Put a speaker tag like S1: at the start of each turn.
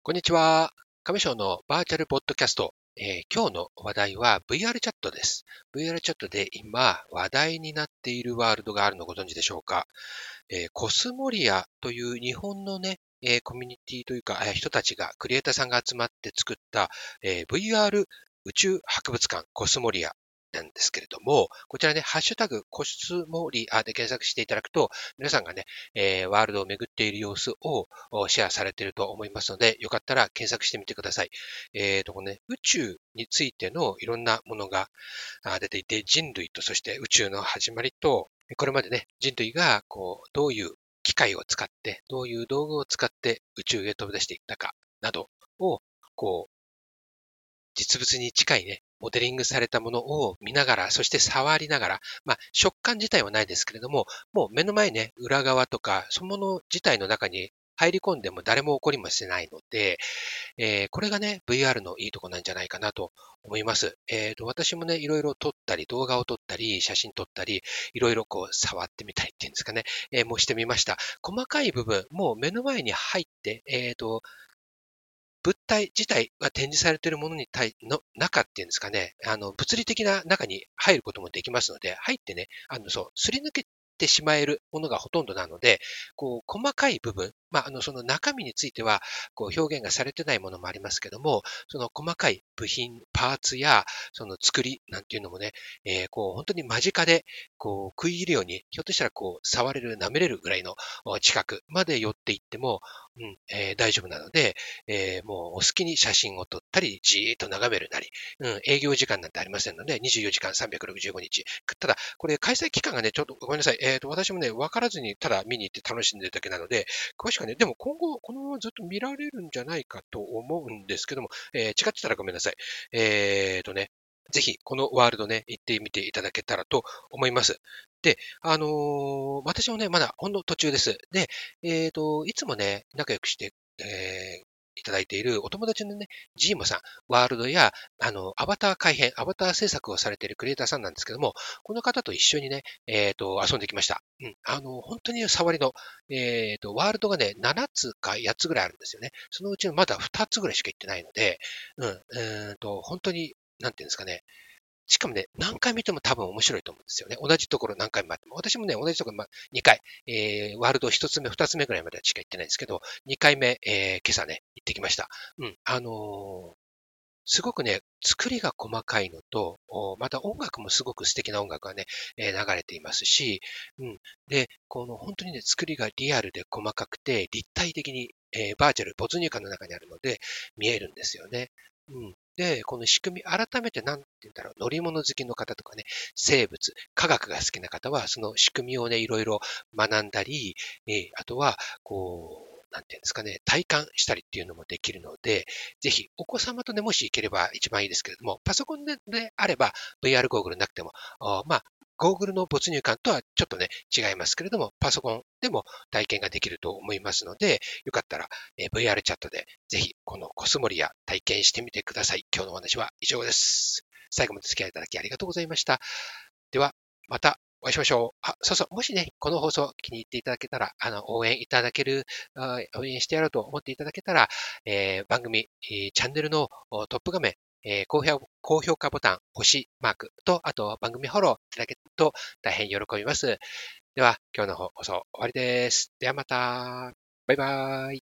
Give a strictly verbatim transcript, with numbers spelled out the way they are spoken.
S1: こんにちは。亀賞のバーチャルポッドキャスト。えー今日の話題は ブイアール チャットです。ブイアール チャットで今話題になっているワールドがあるのをご存知でしょうか。えーコスモリアという日本のね、えーコミュニティというか、えー人たちが、クリエイターさんが集まって作った、えー ブイアール 宇宙博物館コスモリアなんですけれども、こちらね、ハッシュタグコスモリアで検索していただくと、皆さんがね、えーワールドを巡っている様子をおシェアされていると思いますので、よかったら検索してみてください。えーと、このね、宇宙についてのいろんなものがあ出ていて、人類とそして宇宙の始まりと、これまでね、人類がこう、どういう機械を使って、どういう道具を使って宇宙へ飛び出していったかなどを、こう、実物に近いね、モデリングされたものを見ながら、そして触りながら、まあ、食感自体はないですけれども、もう目の前ね、裏側とか、そのもの自体の中に入り込んでも誰も起こりもしないので、えーこれがね、ブイアール のいいとこなんじゃないかなと思います。えーと、私もね、いろいろ撮ったり、動画を撮ったり、写真撮ったり、いろいろこう触ってみたりっていうんですかね、えーもうしてみました。細かい部分、もう目の前に入って、えーと、物体自体が展示されているものに対の中っていうんですかね、あの、物理的な中に入ることもできますので、入ってね、あの、そう、すり抜けてしまえるものがほとんどなので、こう、細かい部分、まあ、あの、その中身については、こう、表現がされてないものもありますけども、その細かい部品、パーツや、その作りなんていうのもね、えーこう、本当に間近で、こう、食い入るように、ひょっとしたらこう、触れる、舐めれるぐらいのお近くまで寄っていっても、うん、えー大丈夫なので、えーもうお好きに写真を撮ったり、じーっと眺めるなり、うん、営業時間なんてありませんので、にじゅうよじかんさんびゃくろくじゅうごにち。ただ、これ開催期間がね、ちょっとごめんなさい。えっ、と、私もね、わからずにただ見に行って楽しんでるだけなので、詳しくはね、でも今後、このままずっと見られるんじゃないかと思うんですけども、えー違ってたらごめんなさい。えっ、とね、ぜひ、このワールドね、行ってみていただけたらと思います。で、あのー私もね、まだほんの途中です。で、えっ、と、いつもね、仲良くして、えーいただいているお友達のね、ジーモさん、ワールドや、あの、アバター改変、アバター制作をされているクリエイターさんなんですけども、この方と一緒にね、えっ、と、遊んできました。うん。あの、本当に触りの、えっ、と、ワールドがね、ななつかやっつぐらいあるんですよね。そのうちのまだふたつぐらいしか行ってないので、うん、えっ、と、本当に、なんていうんですかね、しかもね、何回見ても多分面白いと思うんですよね。同じところ何回もあっても。私もね、同じところ、まあ、にかい、えー、ワールドひとつめ、ふたつめぐらいまでしか行ってないんですけど、にかいめ、えー、今朝ね、行ってきました。うん。あのーすごくね、作りが細かいのと、おまた音楽もすごく素敵な音楽がね、えー流れていますし、うん。で、この本当にね、作りがリアルで細かくて、立体的に、えーバーチャル、没入感の中にあるので、見えるんですよね。うん。で、この仕組み、改めてなんて言うんだろう、乗り物好きの方とかね、生物、科学が好きな方は、その仕組みをね、いろいろ学んだり、えーあとは、こう、なんていうんですかね、体感したりっていうのもできるので、ぜひ、お子様とね、もし行ければ一番いいですけれども、パソコンで、であれば ブイアール ゴーグルなくても、あまあ、ゴーグルの没入感とはちょっとね、違いますけれども、パソコンでも体験ができると思いますので、よかったら、えー ブイアール チャットでぜひ、このコスモリア体験してみてください。今日のお話は以上です。最後まで付き合いいただきありがとうございました。では、またお会いしましょう。あ、そうそう、もしね、この放送気に入っていただけたら、あの、応援いただける、あ応援してやろうと思っていただけたら、えー番組、えーチャンネルのおトップ画面、えー高評高評価ボタン、星マークと、あと番組フォローいただけると大変喜びます。では、今日の放送終わりです。ではまた。バイバーイ。